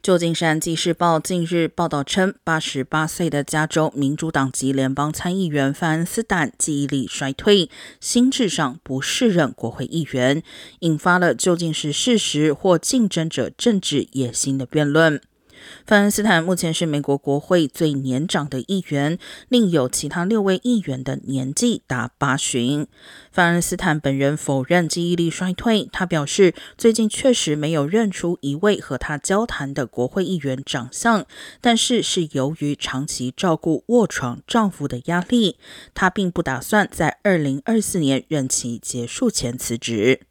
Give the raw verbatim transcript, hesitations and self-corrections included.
旧金山纪事报近日报道称，八十八岁的加州民主党籍联邦参议员范恩斯坦记忆力衰退，心智上不适任国会议员，引发了究竟是事实或竞争者政治野心的辩论。范恩斯坦目前是美国国会最年长的议员，另有其他六位议员的年纪达八旬。范恩斯坦本人否认记忆力衰退，他表示最近确实没有认出一位和他交谈的国会议员长相，但是是由于长期照顾卧床丈夫的压力，他并不打算在二零二四年任期结束前辞职。